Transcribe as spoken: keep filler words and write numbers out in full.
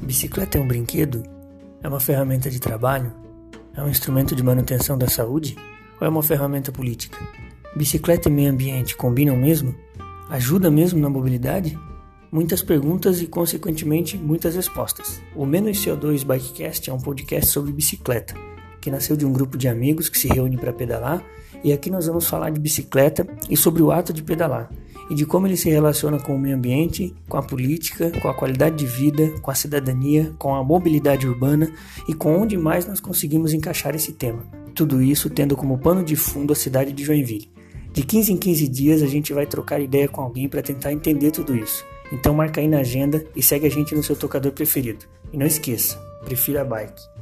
Bicicleta é um brinquedo? É uma ferramenta de trabalho? É um instrumento de manutenção da saúde? Ou é uma ferramenta política? Bicicleta e meio ambiente combinam mesmo? Ajuda mesmo na mobilidade? Muitas perguntas e, consequentemente, muitas respostas. O Menos C O dois Bikecast é um podcast sobre bicicleta, que nasceu de um grupo de amigos que se reúne para pedalar, e aqui nós vamos falar de bicicleta e sobre o ato de pedalar, e de como ele se relaciona com o meio ambiente, com a política, com a qualidade de vida, com a cidadania, com a mobilidade urbana e com onde mais nós conseguimos encaixar esse tema. Tudo isso tendo como pano de fundo a cidade de Joinville. De quinze em quinze dias a gente vai trocar ideia com alguém para tentar entender tudo isso. Então marca aí na agenda e segue a gente no seu tocador preferido. E não esqueça, prefira a bike.